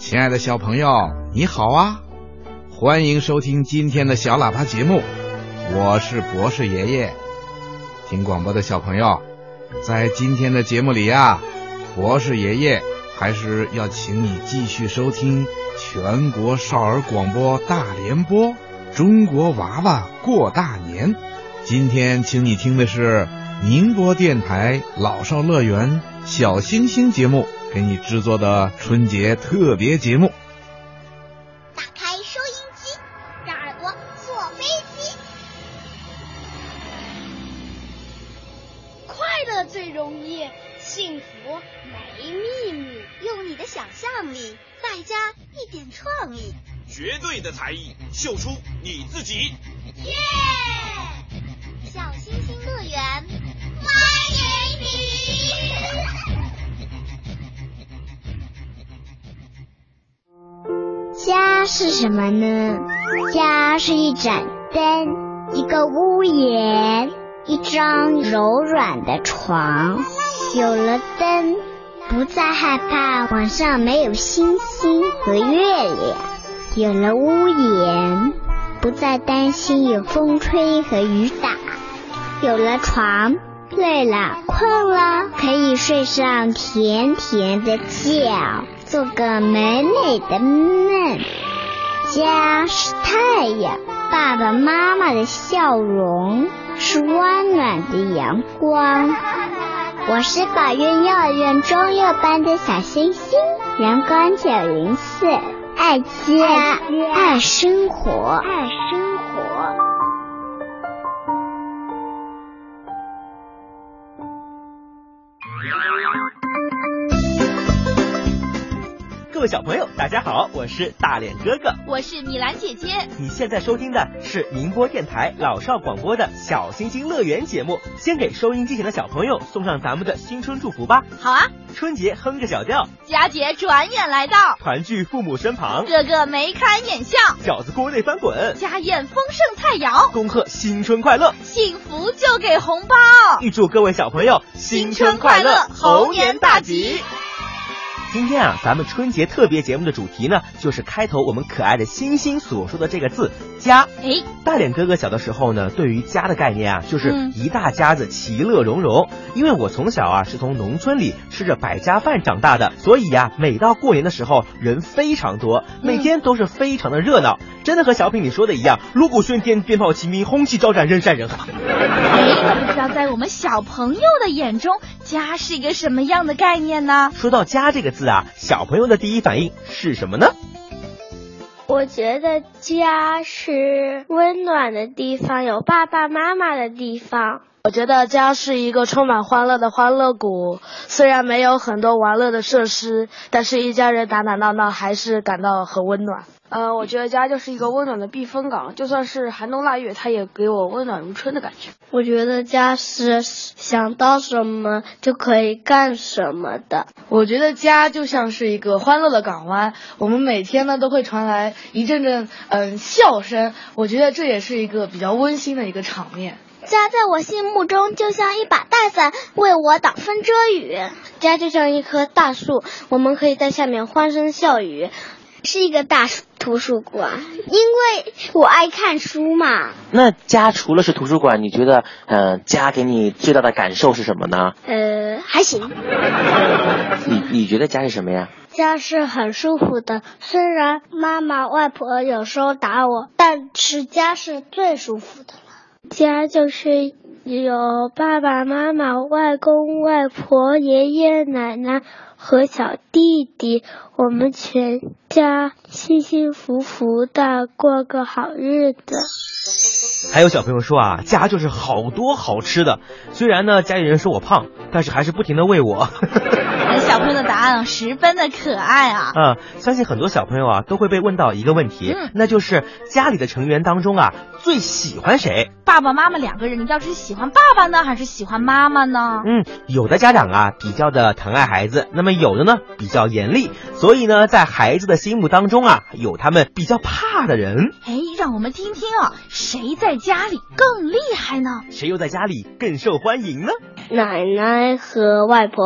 亲爱的小朋友，你好啊！欢迎收听今天的小喇叭节目，我是博士爷爷。听广播的小朋友，在今天的节目里啊，博士爷爷还是要请你继续收听全国少儿广播大联播中国娃娃过大年。今天请你听的是宁波电台老少乐园小星星节目给你制作的春节特别节目。 打开收音机，让耳朵坐飞机。 快乐最容易，幸福没秘密。 用你的想象力，再加一点创意， 绝对的才艺，秀出你自己。 耶！小星星乐园，欢迎你！ 家是什么呢？家是一盏灯，一个屋檐，一张柔软的床。有了灯，不再害怕晚上没有星星和月亮；有了屋檐，不再担心有风吹和雨打；有了床，累了困了，可以睡上甜甜的觉，做个美美的梦。家是太阳，爸爸妈妈的笑容，是温暖的阳光。我是宝运幼儿园中幼班的小星星，阳光904，爱家，爱生活，爱生活。 各位小朋友大家好，我是大脸哥哥， 我是米兰姐姐。 你现在收听的是宁波电台老少广播的小星星乐园节目。先给收音机前的小朋友送上咱们的新春祝福吧。 好啊， 春节哼着小调， 佳节转眼来到， 团聚父母身旁， 个个眉开眼笑， 饺子锅内翻滚， 家宴丰盛菜肴， 恭贺新春快乐， 幸福就给红包。 预祝各位小朋友新春快乐，猴年大吉。今天啊，咱们春节特别节目的主题呢，就是开头我们可爱的星星所说的这个字家。大脸哥哥小的时候呢，对于家的概念啊，就是一大家子其乐融融。因为我从小啊是从农村里吃着百家饭长大的，所以啊，每到过年的时候人非常多，每天都是非常的热闹，真的和小品里说的一样，锣鼓喧天，鞭炮齐鸣，红旗招展，人山人海。 不知道在我们小朋友的眼中，家是一个什么样的概念呢？ 说到家这个字啊，小朋友的第一反应是什么呢？ 我觉得家是温暖的地方，有爸爸妈妈的地方。 我觉得家是一个充满欢乐的欢乐谷，虽然没有很多玩乐的设施，但是一家人打打闹闹还是感到很温暖。 我觉得家就是一个温暖的避风港，就算是寒冬腊月，它也给我温暖如春的感觉。 我觉得家是想到什么就可以干什么的。 我觉得家就像是一个欢乐的港湾，我们每天呢都会传来一阵阵笑声，我觉得这也是一个比较温馨的一个场面。 家在我心目中就像一把大伞，为我挡风遮雨。 家就像一棵大树，我们可以在下面欢声笑语。 是一个大图书馆，因为我爱看书嘛。 那家除了是图书馆，你觉得家给你最大的感受是什么呢？ 还行。 你觉得家是什么呀？ 家是很舒服的，虽然妈妈外婆有时候打我，但是家是最舒服的了。家就是有爸爸妈妈、外公外婆、爷爷奶奶和小弟弟，我们全家幸幸福福的过个好日子。 还有小朋友说啊，家就是好多好吃的，虽然呢家里人说我胖，但是还是不停的喂我。 小朋友的答案十分的可爱啊。 相信很多小朋友啊都会被问到一个问题，那就是家里的成员当中啊最喜欢谁？ 爸爸妈妈两个人，你到底是喜欢爸爸呢还是喜欢妈妈呢？ 有的家长啊比较的疼爱孩子，那么有的呢比较严厉，所以呢在孩子的心目当中啊有他们比较怕的人。 让我们听听啊，谁在家里更厉害呢？ 谁又在家里更受欢迎呢？ 奶奶和外婆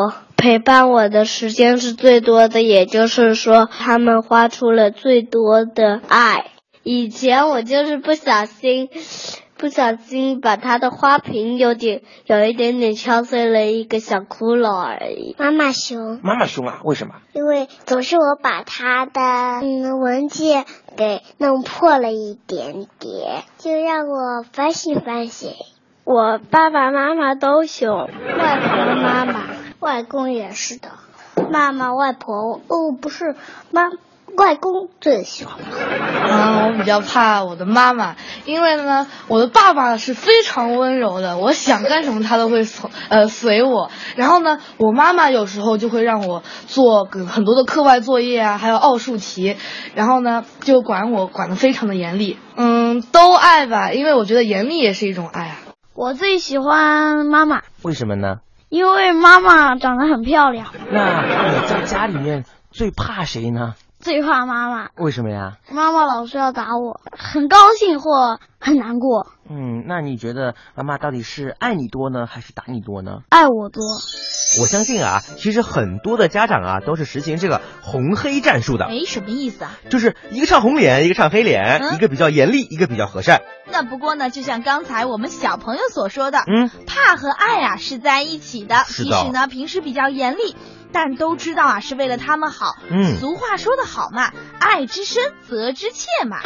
陪伴我的时间是最多的，也就是说他们花出了最多的爱。以前我就是不小心把他的花瓶有一点点敲碎了一个小窟窿而已。 妈妈熊啊？为什么？ 因为总是我把他的文件给弄破了一点点，就让我反省反省。 我爸爸妈妈都凶，外婆妈妈，外公也是的，妈妈外婆不是外公最凶。 我比较怕我的妈妈，因为呢，我的爸爸是非常温柔的，我想干什么他都会随我。然后呢，我妈妈有时候就会让我做很多的课外作业啊，还有奥数题，然后呢就管得非常的严厉。都爱吧，因为我觉得严厉也是一种爱啊。 我最喜欢妈妈。 为什么呢？ 因为妈妈长得很漂亮。 那你在家里面最怕谁呢？ 最怕妈妈。 为什么呀？ 妈妈老是要打我，很高兴或很难过。 那你觉得妈妈到底是爱你多呢，还是打你多呢？ 爱我多。 我相信啊，其实很多的家长啊都是实行这个红黑战术的。 什么意思啊？ 就是一个唱红脸，一个唱黑脸，一个比较严厉，一个比较和善。 那不过呢，就像刚才我们小朋友所说的，怕和爱啊是在一起的。即使呢平时比较严厉，但都知道啊是为了他们好。俗话说得好嘛，爱之深责之切嘛。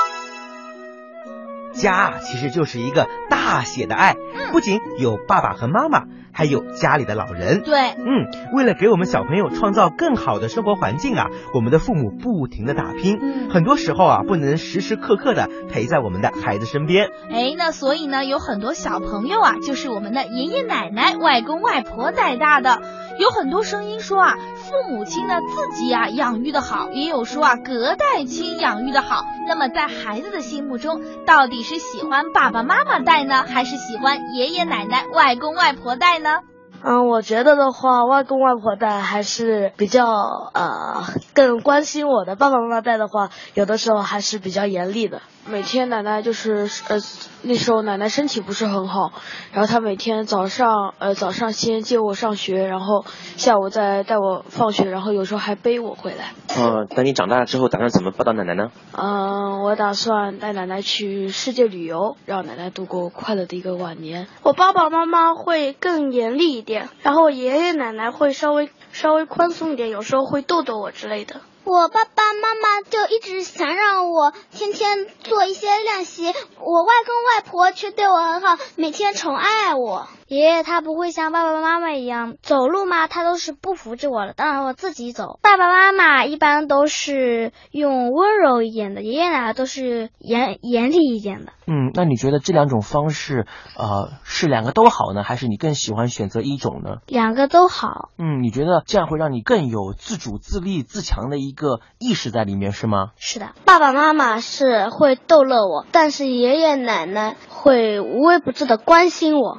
家其实就是一个大写的爱，不仅有爸爸和妈妈，还有家里的老人。 对， 为了给我们小朋友创造更好的生活环境啊，我们的父母不停的打拼，很多时候啊不能时时刻刻的陪在我们的孩子身边。 那所以呢，有很多小朋友啊，就是我们的爷爷奶奶、外公外婆带大的。有很多声音说啊，父母亲呢自己啊养育的好，也有说啊隔代亲养育的好。那么在孩子的心目中，到底是喜欢爸爸妈妈带呢，还是喜欢爷爷奶奶、外公外婆带呢？ 我觉得的话，外公外婆带还是比较更关心我的，爸爸妈妈带的话，有的时候还是比较严厉的。每天奶奶就是那时候奶奶身体不是很好，然后她每天早上先接我上学，然后下午再带我放学，然后有时候还背我回来。 等你长大了之后打算怎么报答奶奶呢？ 我打算带奶奶去世界旅游，让奶奶度过快乐的一个晚年。 我爸爸妈妈会更严厉一点，然后我爷爷奶奶会稍微宽松一点，有时候会逗逗我之类的。 我爸爸妈妈就一直想让我天天做一些练习，我外公外婆却对我很好，每天宠爱我。 爷爷他不会像爸爸妈妈一样走路嘛，他都是不扶着我的，当然我自己走。爸爸妈妈一般都是用温柔一点的，爷爷奶奶都是严厉一点的。 那你觉得这两种方式是两个都好呢，还是你更喜欢选择一种呢？ 两个都好。 你觉得这样会让你更有自主自立自强的一个意识在里面是吗？ 是的。 爸爸妈妈是会逗乐我，但是爷爷奶奶会无微不至的关心我。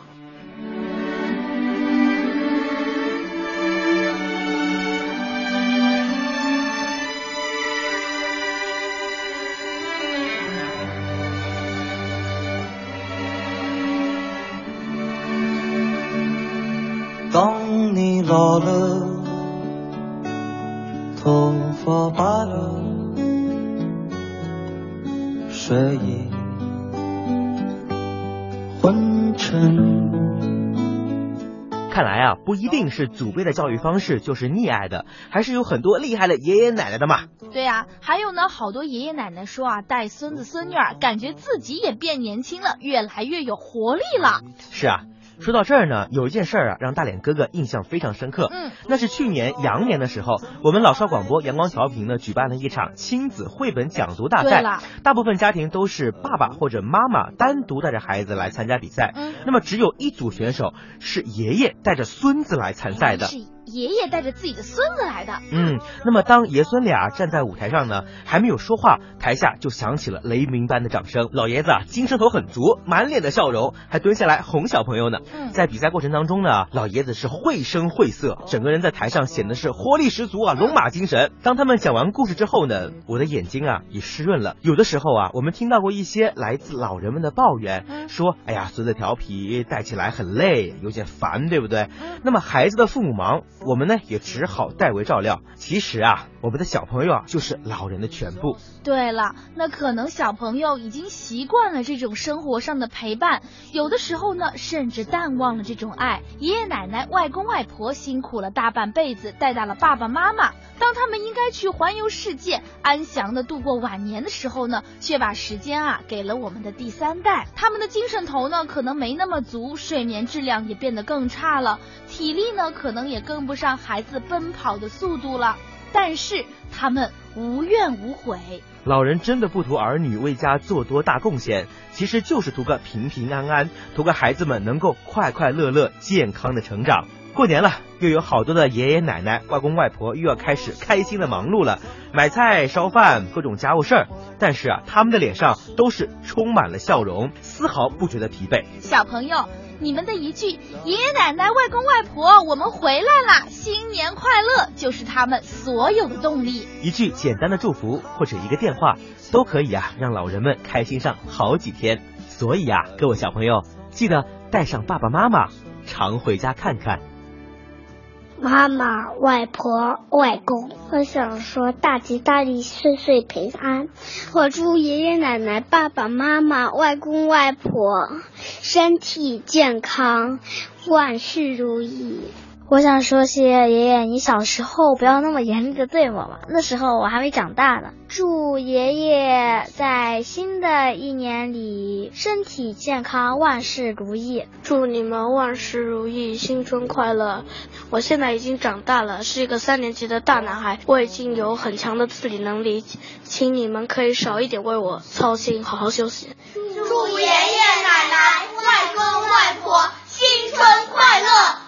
当你老了，头发白了，睡意昏沉。 看来啊，不一定是祖辈的教育方式就是溺爱的，还是有很多厉害的爷爷奶奶的嘛。 对啊，还有呢，好多爷爷奶奶说啊，带孙子孙女儿，感觉自己也变年轻了，越来越有活力了。 是啊。说到这儿呢，有一件事啊，让大脸哥哥印象非常深刻。那是去年羊年的时候，我们老少广播阳光调频呢举办了一场亲子绘本讲读大赛。大部分家庭都是爸爸或者妈妈单独带着孩子来参加比赛。那么只有一组选手是爷爷带着孙子来参赛的。 爷爷带着自己的孙子来的。 那么当爷孙俩站在舞台上呢，还没有说话，台下就响起了雷鸣般的掌声。老爷子啊，精神头很足，满脸的笑容，还蹲下来哄小朋友呢。在比赛过程当中呢，老爷子是绘声绘色，整个人在台上显得是活力十足啊，龙马精神。当他们讲完故事之后呢，我的眼睛啊也湿润了。有的时候啊，我们听到过一些来自老人们的抱怨，说哎呀，孙子调皮，带起来很累，有点烦，对不对？那么孩子的父母忙， 我们呢也只好代为照料。其实啊，我们的小朋友啊就是老人的全部。 对了，那可能小朋友已经习惯了这种生活上的陪伴，有的时候呢甚至淡忘了这种爱。爷爷奶奶、外公外婆辛苦了大半辈子，带大了爸爸妈妈，当他们应该去环游世界，安详的度过晚年的时候呢，却把时间啊给了我们的第三代。他们的精神头呢可能没那么足，睡眠质量也变得更差了，体力呢可能也跟不上孩子奔跑的速度了，但是他们无怨无悔。 老人真的不图儿女为家做多大贡献，其实就是图个平平安安，图个孩子们能够快快乐乐健康的成长。过年了，又有好多的爷爷奶奶、外公外婆又要开始开心的忙碌了，买菜、烧饭，各种家务事儿。但是啊，他们的脸上都是充满了笑容，丝毫不觉得疲惫。 小朋友，你们的一句爷爷奶奶、外公外婆，我们回来啦，新年快乐，就是他们所有的动力。 一句简单的祝福或者一个电话，都可以啊让老人们开心上好几天。所以啊，各位小朋友，记得带上爸爸妈妈，常回家看看。 妈妈、外婆、外公，我想说大吉大利、岁岁平安。 我祝爷爷奶奶、爸爸妈妈、外公外婆身体健康，万事如意。 我想说谢爷爷，你小时候不要那么严厉的对我嘛，那时候我还没长大呢。祝爷爷在新的一年里身体健康，万事如意。 祝你们万事如意，新春快乐。我现在已经长大了，是一个3年级的大男孩，我已经有很强的自理能力，请你们可以少一点为我操心，好好休息。 祝爷爷奶奶、外公外婆新春快乐。